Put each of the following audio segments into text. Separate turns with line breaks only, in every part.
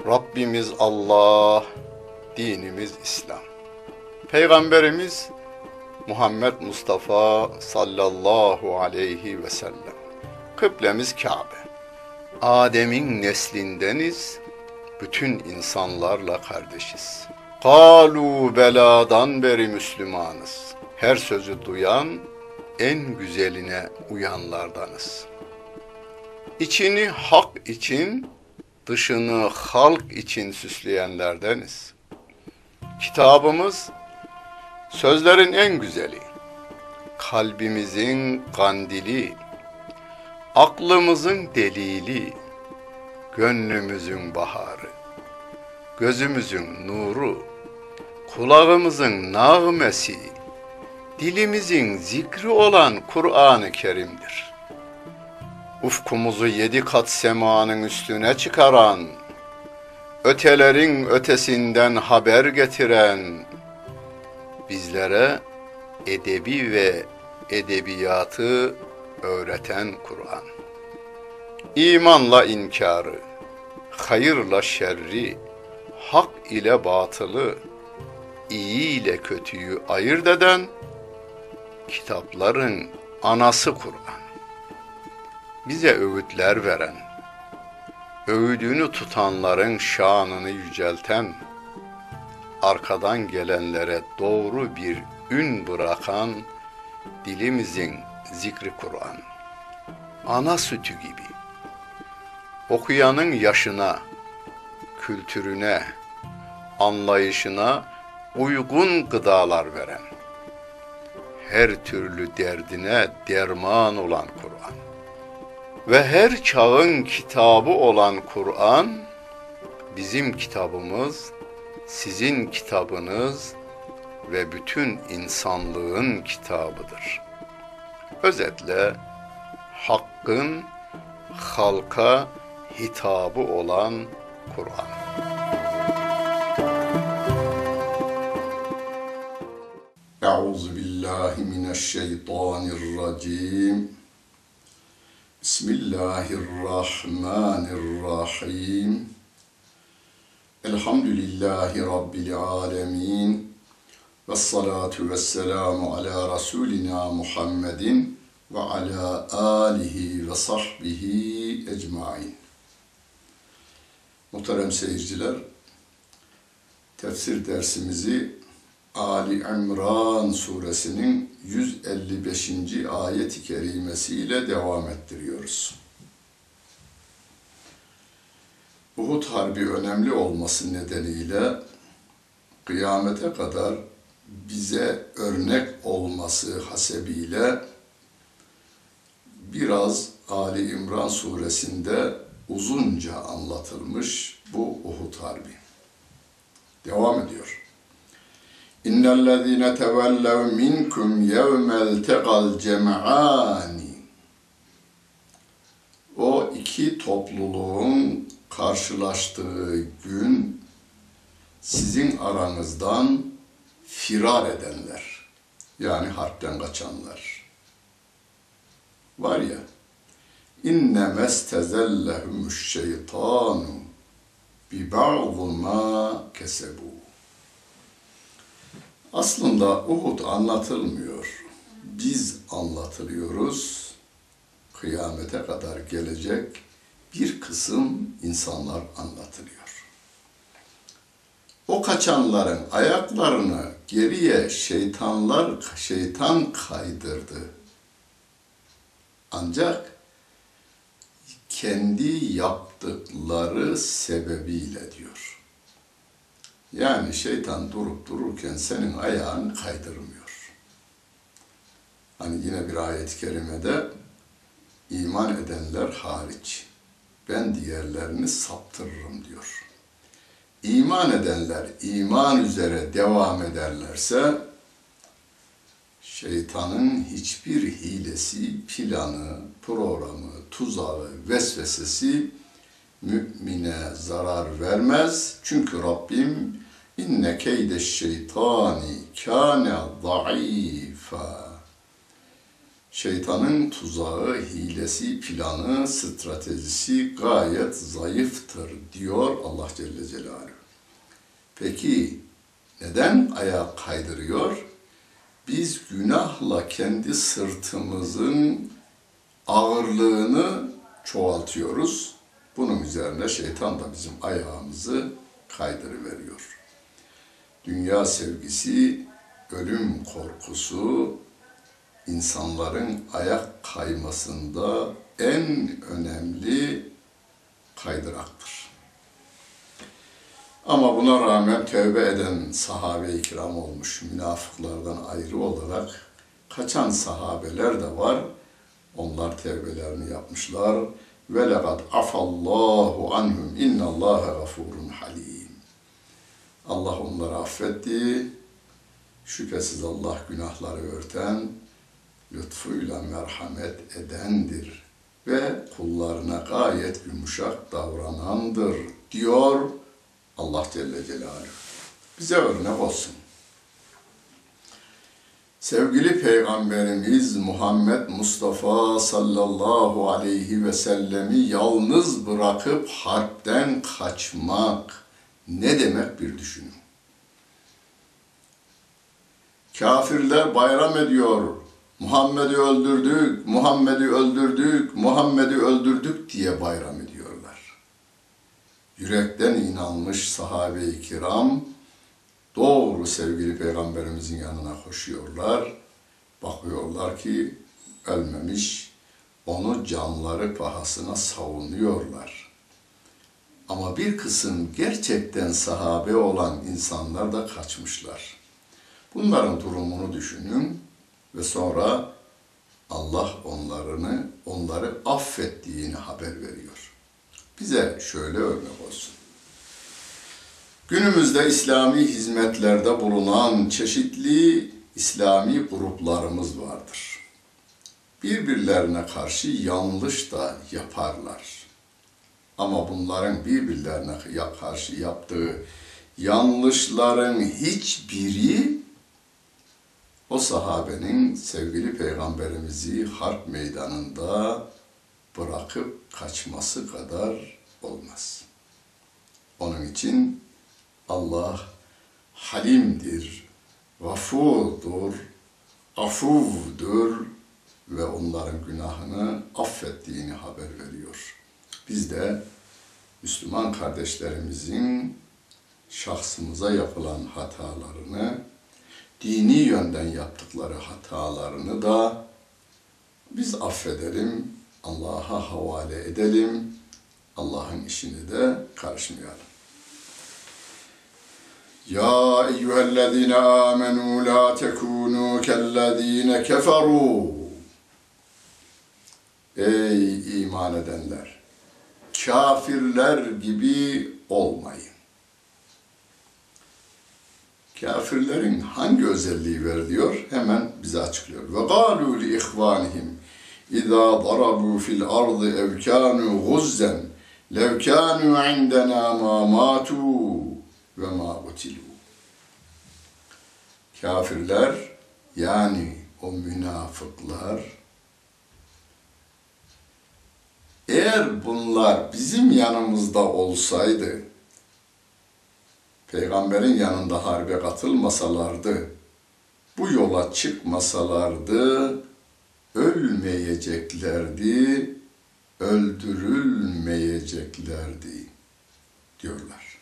Rabbimiz Allah, dinimiz İslam. Peygamberimiz Muhammed Mustafa sallallahu aleyhi ve sellem. Kıblemiz Kabe. Adem'in neslindeniz, bütün insanlarla kardeşiz. Kalu beladan beri Müslümanız. Her sözü duyan, en güzeline uyanlardanız. İçini hak için, dışını halk için süsleyenlerdeniz. Kitabımız, sözlerin en güzeli, kalbimizin kandili, aklımızın delili, gönlümüzün baharı, gözümüzün nuru, kulağımızın nağmesi, dilimizin zikri olan Kur'an-ı Kerim'dir. Ufkumuzu 7 kat semanın üstüne çıkaran, ötelerin ötesinden haber getiren, bizlere edebi ve edebiyatı öğreten Kur'an. İmanla inkarı, hayırla şerri, hak ile batılı, iyi ile kötüyü ayırt eden kitapların anası Kur'an. Bize öğütler veren, öğüdünü tutanların şanını yücelten, arkadan gelenlere doğru bir ün bırakan dilimizin zikri Kur'an. Ana sütü gibi, okuyanın yaşına, kültürüne, anlayışına uygun gıdalar veren, her türlü derdine derman olan Kur'an ve her çağın kitabı olan Kur'an, bizim kitabımız, sizin kitabınız ve bütün insanlığın kitabıdır. Özetle, hakkın halka hitabı olan Kur'an. Euzubillahimineşşeytanirracim. Bismillahirrahmanirrahim. Elhamdülillahi Rabbil alemin. Vessalatu vesselamu ala Resulina Muhammedin ve ala alihi ve sahbihi ecmain. Muhterem seyirciler, tefsir dersimizi Ali İmran suresinin 155. ayet-i kerimesiyle devam ettiriyoruz. Uhud Harbi önemli olması nedeniyle kıyamete kadar bize örnek olması hasebiyle biraz Ali İmran suresinde uzunca anlatılmış bu Uhud Harbi. Devam ediyor. İnnellezîne tevellev minkum yevmel teqal cem'âni. O iki topluluğun karşılaştığı gün sizin aranızdan firar edenler, yani harpten kaçanlar var ya, innemestezellehumuş şeytanu bi ba'd ma kesebu. Aslında Uhud anlatılmıyor. Biz anlatılıyoruz. Kıyamete kadar gelecek bir kısım insanlar anlatılıyor. O kaçanların ayaklarını geriye şeytan kaydırdı. Ancak kendi yaptıkları sebebiyle diyor. Yani şeytan durup dururken senin ayağını kaydırmıyor. Hani yine bir ayet-i kerimede iman edenler hariç ben diğerlerini saptırırım diyor. İman edenler iman üzere devam ederlerse şeytanın hiçbir hilesi, planı, programı, tuzağı, vesvesesi mümine zarar vermez. Çünkü Rabbim inne keydeş şeytani kâne zayıfa. Şeytanın tuzağı, hilesi, planı, stratejisi gayet zayıftır diyor Allah Celle Celaluhu. Peki neden ayağa kaydırıyor? Biz günahla kendi sırtımızın ağırlığını çoğaltıyoruz. Bunun üzerine şeytan da bizim ayağımızı kaydırıveriyor. Dünya sevgisi, ölüm korkusu, insanların ayak kaymasında en önemli kaydıraktır. Ama buna rağmen tövbe eden sahabe-i kiram olmuş, münafıklardan ayrı olarak kaçan sahabeler de var. Onlar tevbelerini yapmışlar. Ve lekad afallahu anhum innallâhe gafurun halim. Allah onları affetti. Şüphesiz Allah günahları örten, lütfuyla merhamet edendir ve kullarına gayet yumuşak davranandır diyor Allah Celle Celaluhu. Bize örnek olsun. Sevgili Peygamberimiz Muhammed Mustafa sallallahu aleyhi ve sellemi yalnız bırakıp harpten kaçmak ne demek bir düşünün. Kafirler bayram ediyor. Muhammed'i öldürdük, Muhammed'i öldürdük, Muhammed'i öldürdük diye bayram ediyorlar. Yürekten inanmış sahabe-i kiram doğru sevgili Peygamberimizin yanına koşuyorlar. Bakıyorlar ki ölmemiş, onu canları pahasına savunuyorlar. Ama bir kısım gerçekten sahabe olan insanlar da kaçmışlar. Bunların durumunu düşünün ve sonra Allah onları affettiğini haber veriyor. Bize şöyle örnek olsun. Günümüzde İslami hizmetlerde bulunan çeşitli İslami gruplarımız vardır. Birbirlerine karşı yanlış da yaparlar. Ama bunların birbirlerine karşı yaptığı yanlışların hiçbiri o sahabenin sevgili Peygamberimizi harp meydanında bırakıp kaçması kadar olmaz. Onun için Allah halimdir, gafurdur, afuvdur ve onların günahını affettiğini haber veriyor. Biz de Müslüman kardeşlerimizin şahsımıza yapılan hatalarını, dini yönden yaptıkları hatalarını da biz affedelim, Allah'a havale edelim, Allah'ın işini de karışmayalım. Ya eyyühellezine amenu la tekunu kellezine keferu. Ey iman edenler! Kafirler gibi olmayın. Kafirlerin hangi özelliği veriliyor? Hemen bize açıklıyor. Ve gâlû li ihvânihim İzâ darabû fil ardı ev kânû guzzen lev kânû indenâ mâ mâtû ve mâ utilû. Kafirler yani o münafıklar eğer bunlar bizim yanımızda olsaydı, Peygamberin yanında harbe katılmasalardı, bu yola çıkmasalardı, ölmeyeceklerdi, öldürülmeyeceklerdi diyorlar.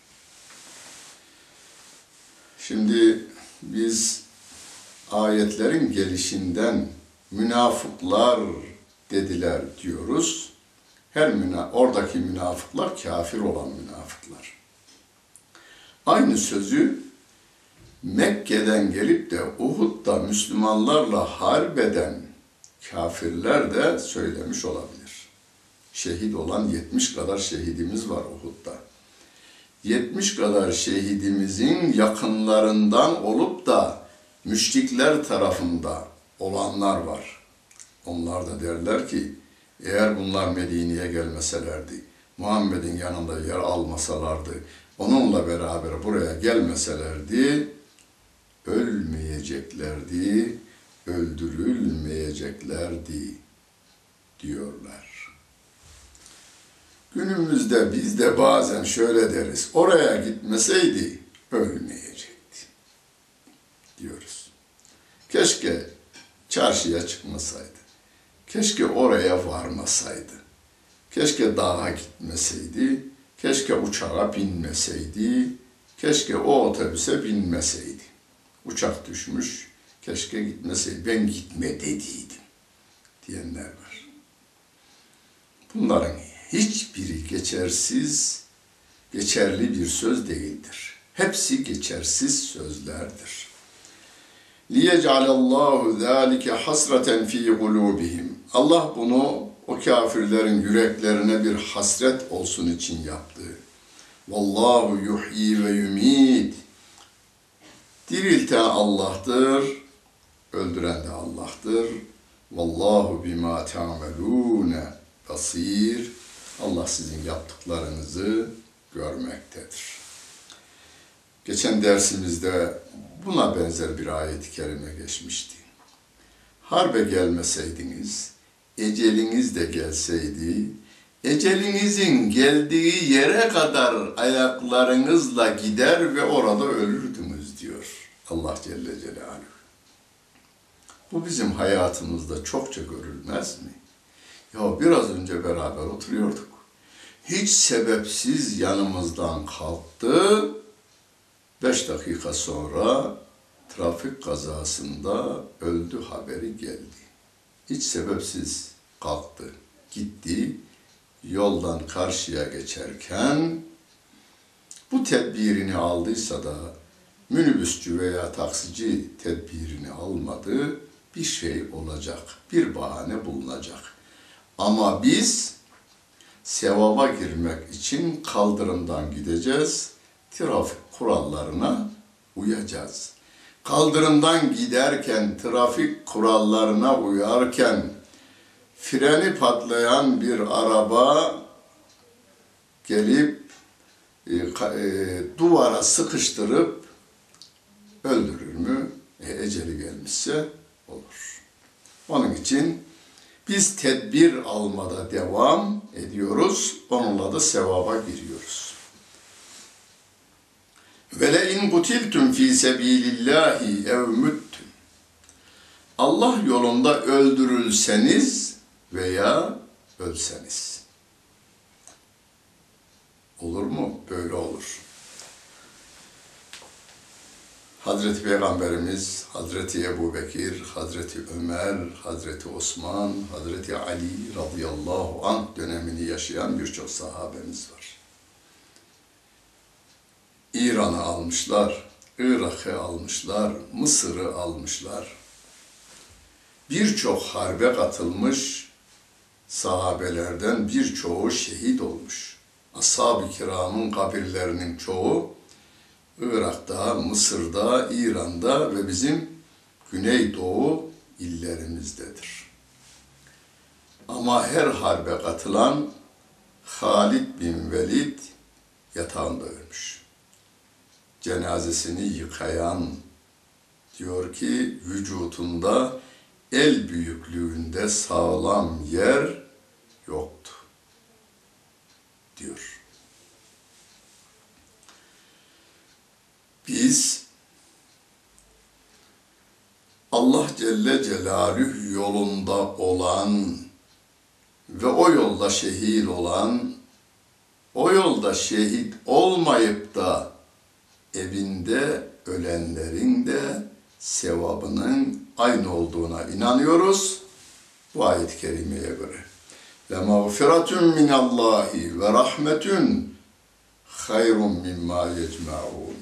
Şimdi biz ayetlerin gelişinden münafıklar dediler diyoruz. Oradaki münafıklar kafir olan münafıklar. Aynı sözü Mekke'den gelip de Uhud'da Müslümanlarla harbeden kafirler de söylemiş olabilir. Şehit olan 70 kadar şehidimiz var Uhud'da. 70 kadar şehidimizin yakınlarından olup da müşrikler tarafında olanlar var. Onlar da derler ki eğer bunlar Medine'ye gelmeselerdi, Muhammed'in yanında yer almasalardı, onunla beraber buraya gelmeselerdi, ölmeyeceklerdi, öldürülmeyeceklerdi diyorlar. Günümüzde biz de bazen şöyle deriz, oraya gitmeseydi ölmeyecekti diyoruz. Keşke çarşıya çıkmasaydı, keşke oraya varmasaydı, keşke dağa gitmeseydi, keşke uçağa binmeseydi, keşke o otobüse binmeseydi. Uçak düşmüş, keşke gitmeseydi, ben gitme dediydim diyenler var. Bunların hiçbiri geçerli bir söz değildir. Hepsi geçersiz sözlerdir. لِيَجْعَلَ اللّٰهُ ذَٰلِكَ حَسْرَةً ف۪ي قُلُوبِهِمْ Allah bunu o kafirlerin yüreklerine bir hasret olsun için yaptı. Vallahu yuhyi ve yumit. Dirilten Allah'tır, öldüren de Allah'tır. Vallahu bima ta'melûne basir. Allah sizin yaptıklarınızı görmektedir. Geçen dersimizde buna benzer bir ayet-i kerime geçmişti. Harbe gelmeseydiniz, eceliniz de gelseydi, ecelinizin geldiği yere kadar ayaklarınızla gider ve orada ölürdünüz diyor Allah Celle Celaluhu. Bu bizim hayatımızda çokça görülmez mi? Ya biraz önce beraber oturuyorduk. Hiç sebepsiz yanımızdan kalktı. 5 dakika sonra trafik kazasında öldü haberi geldi. Hiç sebepsiz kalktı, gitti. Yoldan karşıya geçerken bu tedbirini aldıysa da minibüsçü veya taksici tedbirini almadı, bir şey olacak, bir bahane bulunacak. Ama biz sevaba girmek için kaldırımdan gideceğiz, trafik kurallarına uyacağız. Kaldırımdan giderken, trafik kurallarına uyarken, freni patlayan bir araba gelip duvara sıkıştırıp öldürür mü? Eceli gelmişse olur. Onun için biz tedbir almada devam ediyoruz. Onunla da sevaba giriyoruz. Ve le in kutiltum fi sebilillahi ev muttum. Allah yolunda öldürülseniz veya ölseniz. Olur mu? Böyle olur. Hazreti Peygamberimiz, Hazreti Ebubekir, Hazreti Ömer, Hazreti Osman, Hazreti Ali radıyallahu anh dönemini yaşayan birçok sahabemiz var. İran'ı almışlar, Irak'ı almışlar, Mısır'ı almışlar. Birçok harbe katılmış sahabelerden birçoğu şehit olmuş. Ashab-ı kiramın kabirlerinin çoğu Irak'ta, Mısır'da, İran'da ve bizim Güneydoğu illerimizdedir. Ama her harbe katılan Halid bin Velid yatağında ölmüş. Cenazesini yıkayan diyor ki vücutunda el büyüklüğünde sağlam yer yoktu diyor. Biz Allah Celle Celaluhu yolunda olan ve o yolda şehit olan, o yolda şehit olmayıp da evinde ölenlerin de sevabının aynı olduğuna inanıyoruz bu ayet-i kerimeye göre. لَمَغْفِرَةٌ مِنَ اللّٰهِ وَرَحْمَةٌ خَيْرٌ مِمَّا يَجْمَعُونَ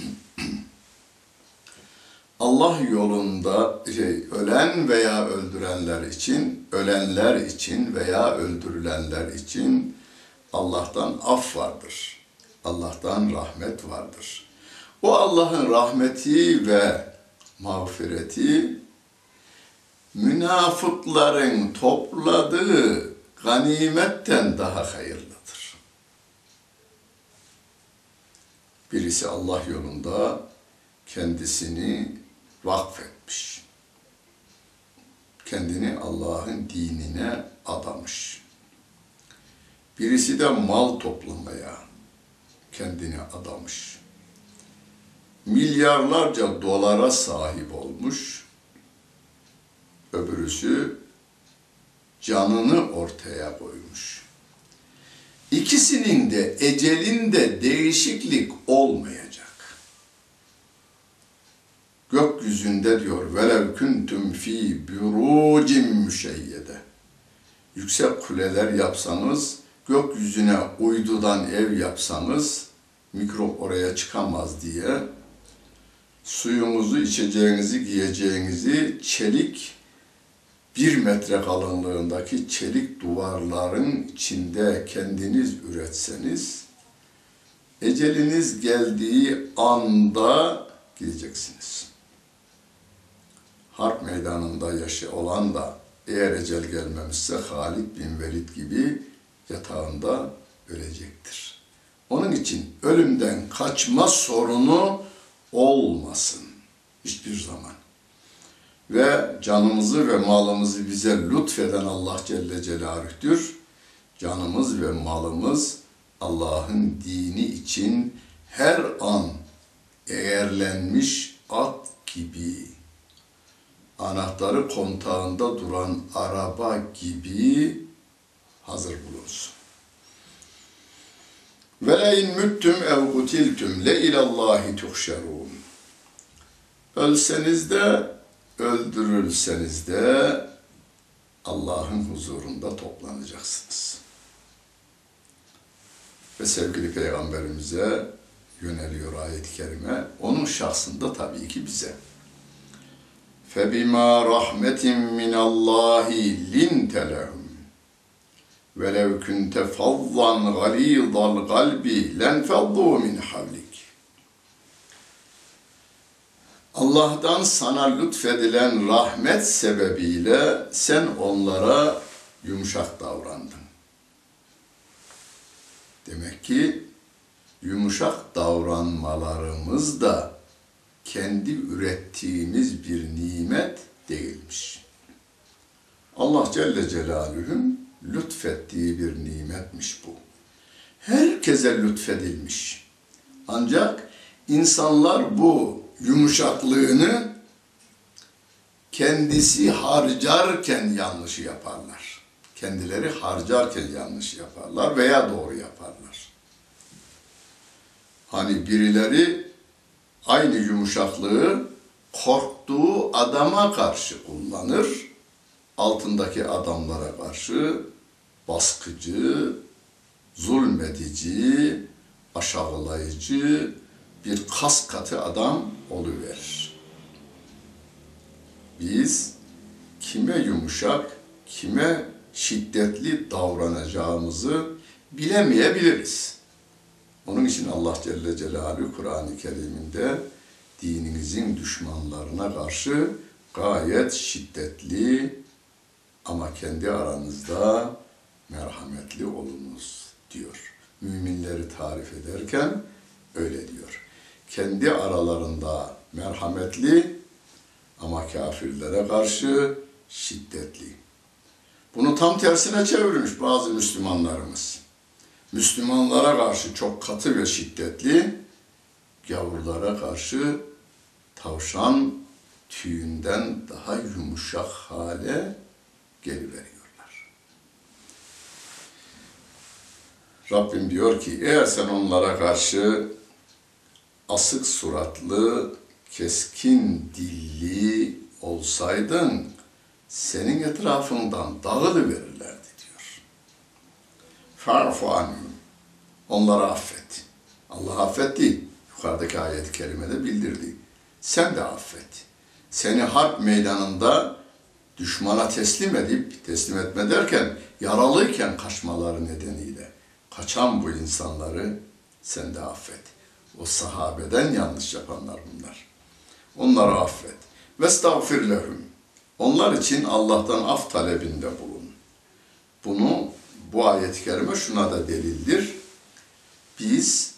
Allah yolunda ölen veya öldürenler için, ölenler için veya öldürülenler için Allah'tan af vardır. Allah'tan rahmet vardır. O Allah'ın rahmeti ve mağfireti münafıkların topladığı ganimetten daha hayırlıdır. Birisi Allah yolunda kendisini vakfetmiş. kendini Allah'ın dinine adamış. Birisi de mal toplamaya kendini adamış. Milyarlarca dolara sahip olmuş. Öbürüsü canını ortaya koymuş. İkisinin de ecelinde değişiklik olmayacak. Gökyüzünde diyor velev kuntum fi burucin müşeyyede. Yüksek kuleler yapsanız, gökyüzüne uydudan ev yapsanız mikrop oraya çıkamaz diye suyunuzu, içeceğinizi, giyeceğinizi çelik 1 metre kalınlığındaki çelik duvarların içinde kendiniz üretseniz eceliniz geldiği anda gideceksiniz. Harp meydanında olan da eğer ecel gelmemişse Halid bin Velid gibi yatağında ölecektir. Onun için ölümden kaçma sorunu olmasın hiçbir zaman. Ve canımızı ve malımızı bize lütfeden Allah Celle Celaluh'tür. Canımız ve malımız Allah'ın dini için her an eğerlenmiş at gibi, anahtarı kontağında duran araba gibi hazır bulunsun. Ve le in müttüm ev kutiltüm le ilallahi tuhşerun. Ölseniz de, öldürülseniz de Allah'ın huzurunda toplanacaksınız. Ve sevgili Peygamberimize yöneliyor ayet-i kerime. Onun şahsında tabii ki bize. فَبِمَا رَحْمَةٍ مِّنَ اللّٰهِ لِنْتَ لَهُمْ وَلَوْ كُنْتَ فَظًّا غَلِيظَ الْقَلْبِ لَنْفَضُّوا مِنْ حَوْلِكَ. Allah'tan sana lütfedilen rahmet sebebiyle sen onlara yumuşak davrandın. Demek ki yumuşak davranmalarımız da kendi ürettiğimiz bir nimet değilmiş. Allah Celle Celaluhu'nun lütfettiği bir nimetmiş bu. Herkese lütfedilmiş. Ancak insanlar bu yumuşaklığını kendisi harcarken yanlışı yaparlar. Kendileri harcarken yanlış yaparlar veya doğru yaparlar. Hani birileri aynı yumuşaklığı korktuğu adama karşı kullanır, altındaki adamlara karşı baskıcı, zulmedici, aşağılayıcı bir kas katı adam oluverir. Biz kime yumuşak, kime şiddetli davranacağımızı bilemeyebiliriz. Onun için Allah Celle Celaluhu Kur'an-ı Kerim'inde dininizin düşmanlarına karşı gayet şiddetli ama kendi aranızda merhametli olunuz diyor. Müminleri tarif ederken öyle diyor. Kendi aralarında merhametli ama kafirlere karşı şiddetli. Bunu tam tersine çevirmiş bazı Müslümanlarımız. Müslümanlara karşı çok katı ve şiddetli, gavurlara karşı tavşan tüyünden daha yumuşak hale geliveriyorlar. Rabbim diyor ki eğer sen onlara karşı asık suratlı, keskin dilli olsaydın senin etrafından dağılıverirlerdi diyor. Fa'fu anhum. Onları affet. Allah affetti. Yukarıdaki ayet-i kerimede bildirdi. Sen de affet. Seni harp meydanında düşmana teslim etme derken yaralıyken kaçmaları nedeniyle kaçan bu insanları sen de affet. O sahabeden yanlış yapanlar bunlar. Onları affet. Vestağfir lehum. Onlar için Allah'tan af talebinde bulun. Bu ayet-i kerime şuna da delildir. Biz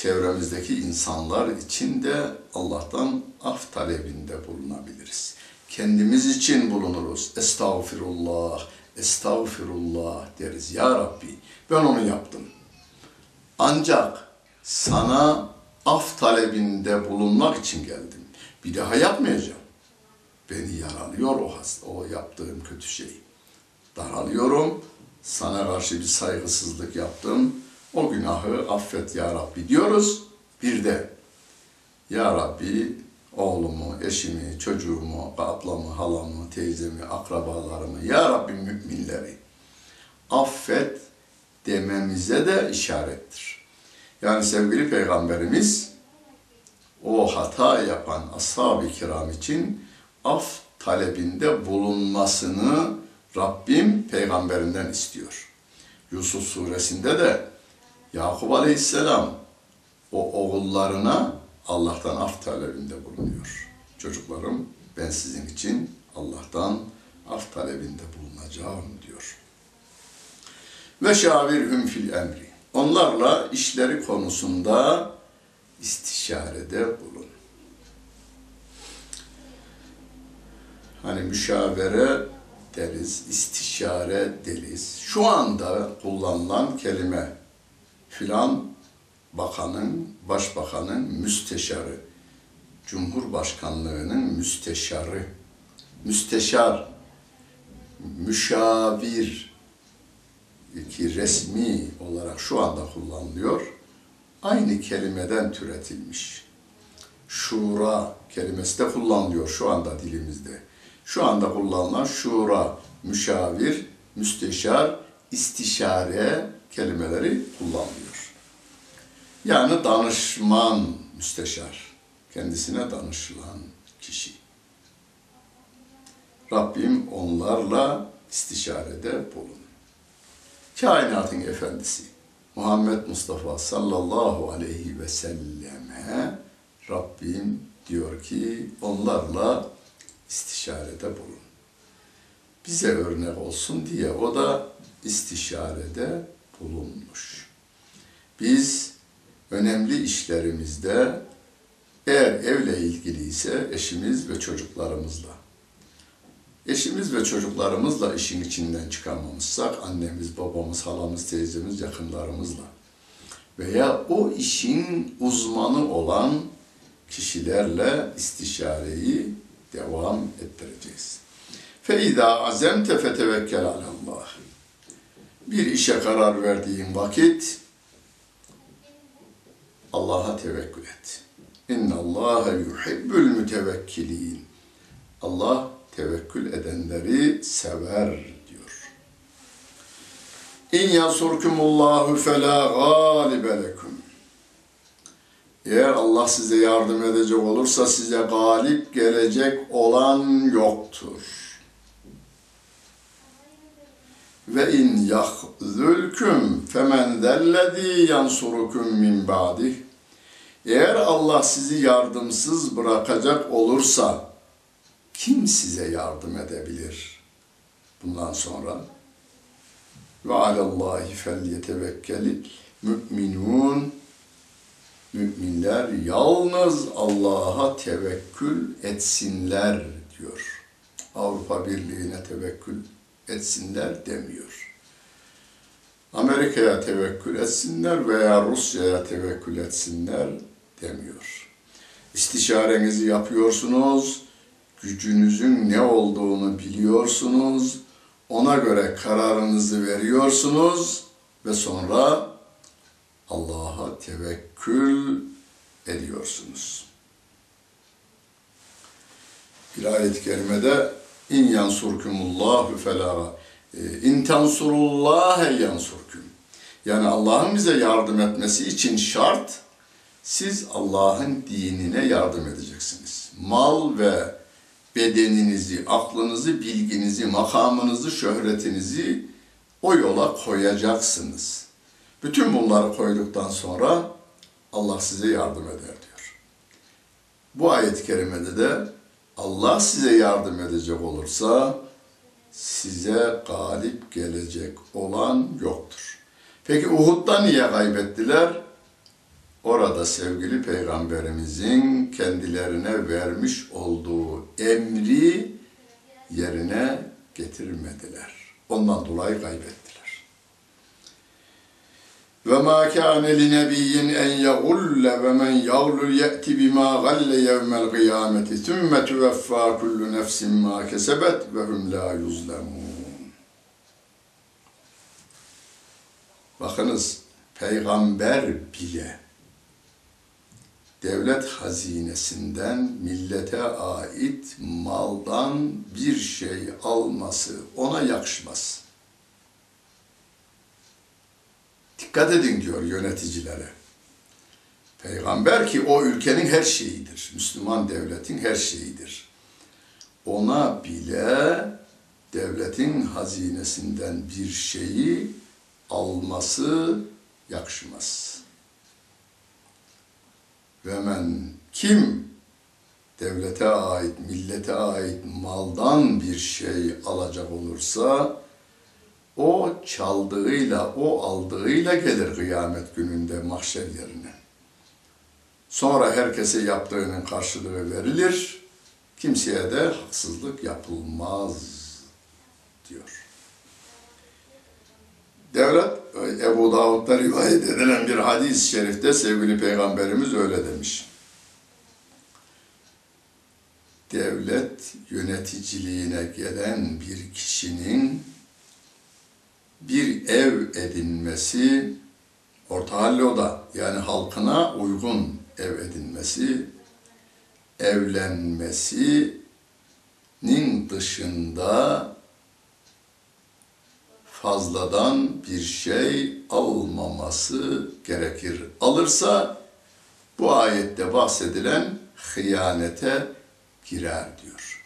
çevremizdeki insanlar için de Allah'tan af talebinde bulunabiliriz. kendimiz için bulunuruz. Estağfirullah, estağfirullah deriz. Ya Rabbi ben onu yaptım. Ancak sana af talebinde bulunmak için geldim. Bir daha yapmayacağım. Beni yaralıyor o yaptığım kötü şey. Daralıyorum. Sana karşı bir saygısızlık yaptım. O günahı affet ya Rabbi diyoruz. Bir de ya Rabbi oğlumu, eşimi, çocuğumu, ablamı, halamı, teyzemi, akrabalarımı, ya Rabbi müminleri affet dememize de işarettir. Yani sevgili Peygamberimiz o hata yapan ashab-ı kiram için af talebinde bulunmasını Rabbim peygamberinden istiyor. Yusuf suresinde de Yakup Aleyhisselam o oğullarına Allah'tan af talebinde bulunuyor. Çocuklarım ben sizin için Allah'tan af talebinde bulunacağım diyor. Ve şavirhum fil emri. Onlarla işleri konusunda istişarede bulun. Hani müşavere deriz, istişare deriz. Şu anda kullanılan kelime filan bakanın, başbakanın müsteşarı, Cumhurbaşkanlığının müsteşarı, müsteşar, müşavir ki resmi olarak şu anda kullanılıyor. Aynı kelimeden türetilmiş. Şura kelimesi de kullanılıyor şu anda dilimizde. Şu anda kullanılan şura, müşavir, müsteşar, istişare kelimeleri kullanılıyor. Yani danışman, müsteşar, kendisine danışılan kişi. Rabbim onlarla istişarede bulun. Kainatın efendisi Muhammed Mustafa sallallahu aleyhi ve selleme Rabbim diyor ki onlarla istişarede bulun. Bize örnek olsun diye o da istişarede bulunmuş. Biz önemli işlerimizde eğer evle ilgiliyse eşimiz ve çocuklarımızla, eşimiz ve çocuklarımızla işin içinden çıkamamışsak annemiz, babamız, halamız, teyzemiz, yakınlarımızla veya o işin uzmanı olan kişilerle istişareyi devam ettireceğiz. فَاِذَا عَزَمْتَ فَتَوَكَّلْ عَلَى اللّٰهِ. Bir işe karar verdiğin vakit Allah'a tevekkül et. اِنَّ اللّٰهَ يُحِبُّ الْمُتَوَكِّلِينَ. Allah tevekkül edenleri sever diyor. اِنْ يَنْصُرْكُمُ اللّٰهُ فَلَا غَالِبَ لَكُمْ. Eğer Allah size yardım edecek olursa size galip gelecek olan yoktur. Ve in yahzulkum femen zellezî yansurukum min ba'dih. Eğer Allah sizi yardımsız bırakacak olursa kim size yardım edebilir bundan sonra? Ve alallahi felyetevekkelil müminun. Müminler yalnız Allah'a tevekkül etsinler diyor. Avrupa Birliği'ne tevekkül etsinler demiyor. Amerika'ya tevekkül etsinler veya Rusya'ya tevekkül etsinler demiyor. İstişarenizi yapıyorsunuz, gücünüzün ne olduğunu biliyorsunuz, ona göre kararınızı veriyorsunuz ve sonra Allah'a tevekkül ediyorsunuz. Bir ayet-i kerimede in yansurkumullahu fela in tansurullahe yansurkum. Yani Allah'ın bize yardım etmesi için şart siz Allah'ın dinine yardım edeceksiniz. Mal ve bedeninizi, aklınızı, bilginizi, makamınızı, şöhretinizi o yola koyacaksınız. Bütün bunları koyduktan sonra Allah size yardım eder diyor. Bu ayet-i kerimede de Allah size yardım edecek olursa size galip gelecek olan yoktur. Peki Uhud'da niye kaybettiler? Orada sevgili Peygamberimizin kendilerine vermiş olduğu emri yerine getirmediler. Ondan dolayı kaybettiler. وَمَا كَانَ لِنَبِيٍّ اَنْ يَغُلَّ وَمَنْ يَغْلُ يَأْتِ بِمَا غَلَّ يَوْمَ الْقِيَامَةِ ثُمَّ تُوَفَّى كُلُّ نَفْسٍ مَا كَسَبَتْ وَهُمْ لَا يُظْلَمُونَ. Bakınız, peygamber bile devlet hazinesinden millete ait maldan bir şey alması ona yakışmaz. Dikkat edin diyor yöneticilere. Peygamber ki o ülkenin her şeyidir. Müslüman devletin her şeyidir. Ona bile devletin hazinesinden bir şeyi alması yakışmaz. Ve men kim devlete ait, millete ait maldan bir şey alacak olursa o çaldığıyla, o aldığıyla gelir kıyamet gününde mahşer yerine. Sonra herkese yaptığının karşılığı verilir, kimseye de haksızlık yapılmaz diyor. Devlet, Ebu Davud'da rivayet edilen bir hadis-i şerifte sevgili Peygamberimiz öyle demiş. Devlet yöneticiliğine gelen bir kişinin bir ev edinmesi, orta halli o da, yani halkına uygun ev edinmesi, evlenmesinin dışında fazladan bir şey almaması gerekir. Alırsa bu ayette bahsedilen hıyanete girer diyor.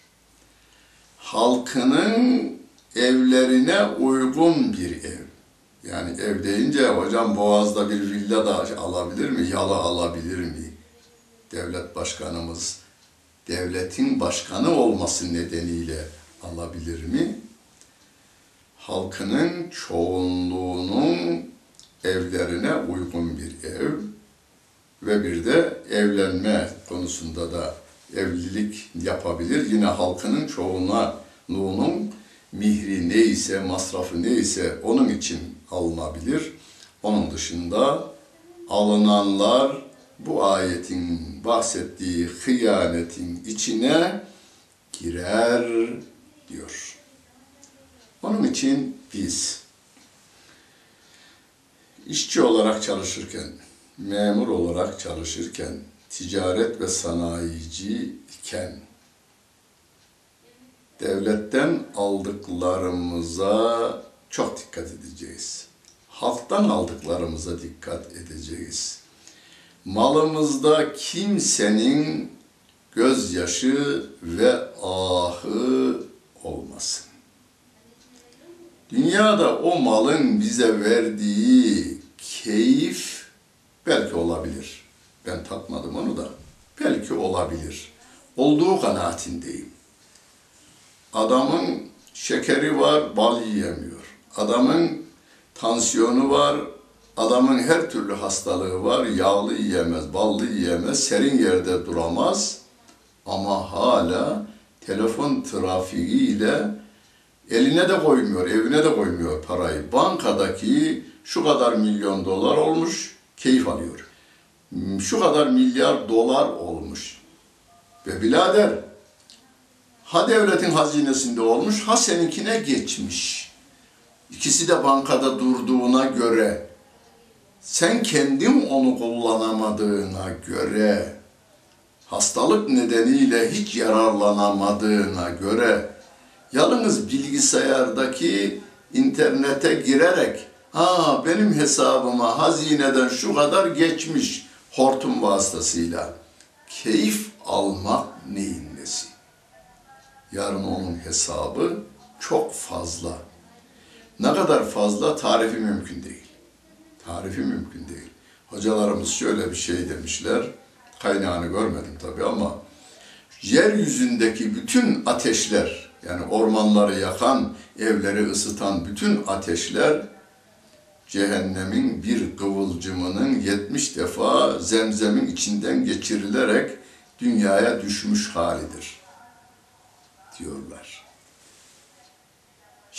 Halkının evlerine uygun bir ev. Yani ev deyince hocam Boğaz'da bir villa da alabilir mi? Yalı alabilir mi? Devlet başkanımız, devletin başkanı olması nedeniyle alabilir mi? Halkının çoğunluğunun evlerine uygun bir ev ve bir de evlenme konusunda da evlilik yapabilir. Yine halkının çoğunluğunun mihri neyse, masrafı neyse onun için alınabilir. Onun dışında alınanlar bu ayetin bahsettiği hıyanetin içine girer diyor. Onun için biz işçi olarak çalışırken, memur olarak çalışırken, ticaret ve sanayici iken devletten aldıklarımıza çok dikkat edeceğiz. Halktan aldıklarımıza dikkat edeceğiz. Malımızda kimsenin gözyaşı ve ahı olmasın. Dünyada o malın bize verdiği keyif belki olabilir. Ben tatmadım onu da. Belki olabilir. Olduğu kanaatindeyim. Adamın şekeri var, bal yiyemiyor. Adamın tansiyonu var, adamın her türlü hastalığı var. Yağlı yiyemez, ballı yiyemez, serin yerde duramaz. Ama hala telefon trafiğiyle eline de koymuyor, evine de koymuyor parayı. Bankadaki şu kadar milyon dolar olmuş, keyif alıyor. Şu kadar milyar dolar olmuş. Ve birader, ha devletin hazinesinde olmuş, ha seninkine geçmiş. İkisi de bankada durduğuna göre, sen kendin onu kullanamadığına göre, hastalık nedeniyle hiç yararlanamadığına göre, yalnız bilgisayardaki internete girerek, ha benim hesabıma hazineden şu kadar geçmiş hortum vasıtasıyla, keyif almak neyin nesi? Yarın onun hesabı çok fazla. Ne kadar fazla tarifi mümkün değil. Tarifi mümkün değil. Hocalarımız şöyle bir şey demişler, kaynağını görmedim tabii ama yeryüzündeki bütün ateşler, yani ormanları yakan, evleri ısıtan bütün ateşler cehennemin bir kıvılcımının 70 defa zemzemin içinden geçirilerek dünyaya düşmüş halidir diyorlar.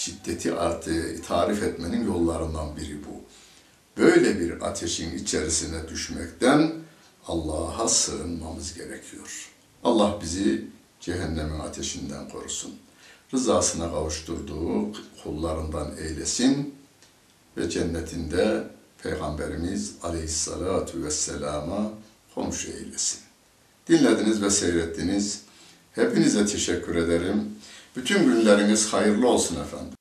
şiddeti tarif etmenin yollarından biri bu. Böyle bir ateşin içerisine düşmekten Allah'a sığınmamız gerekiyor. Allah bizi cehennemin ateşinden korusun. Rızasına kavuşturduğu kullarından eylesin ve cennetinde Peygamberimiz Aleyhissalatu vesselama komşu eylesin. Dinlediniz ve seyrettiniz. Hepinize teşekkür ederim. Bütün günleriniz hayırlı olsun efendim.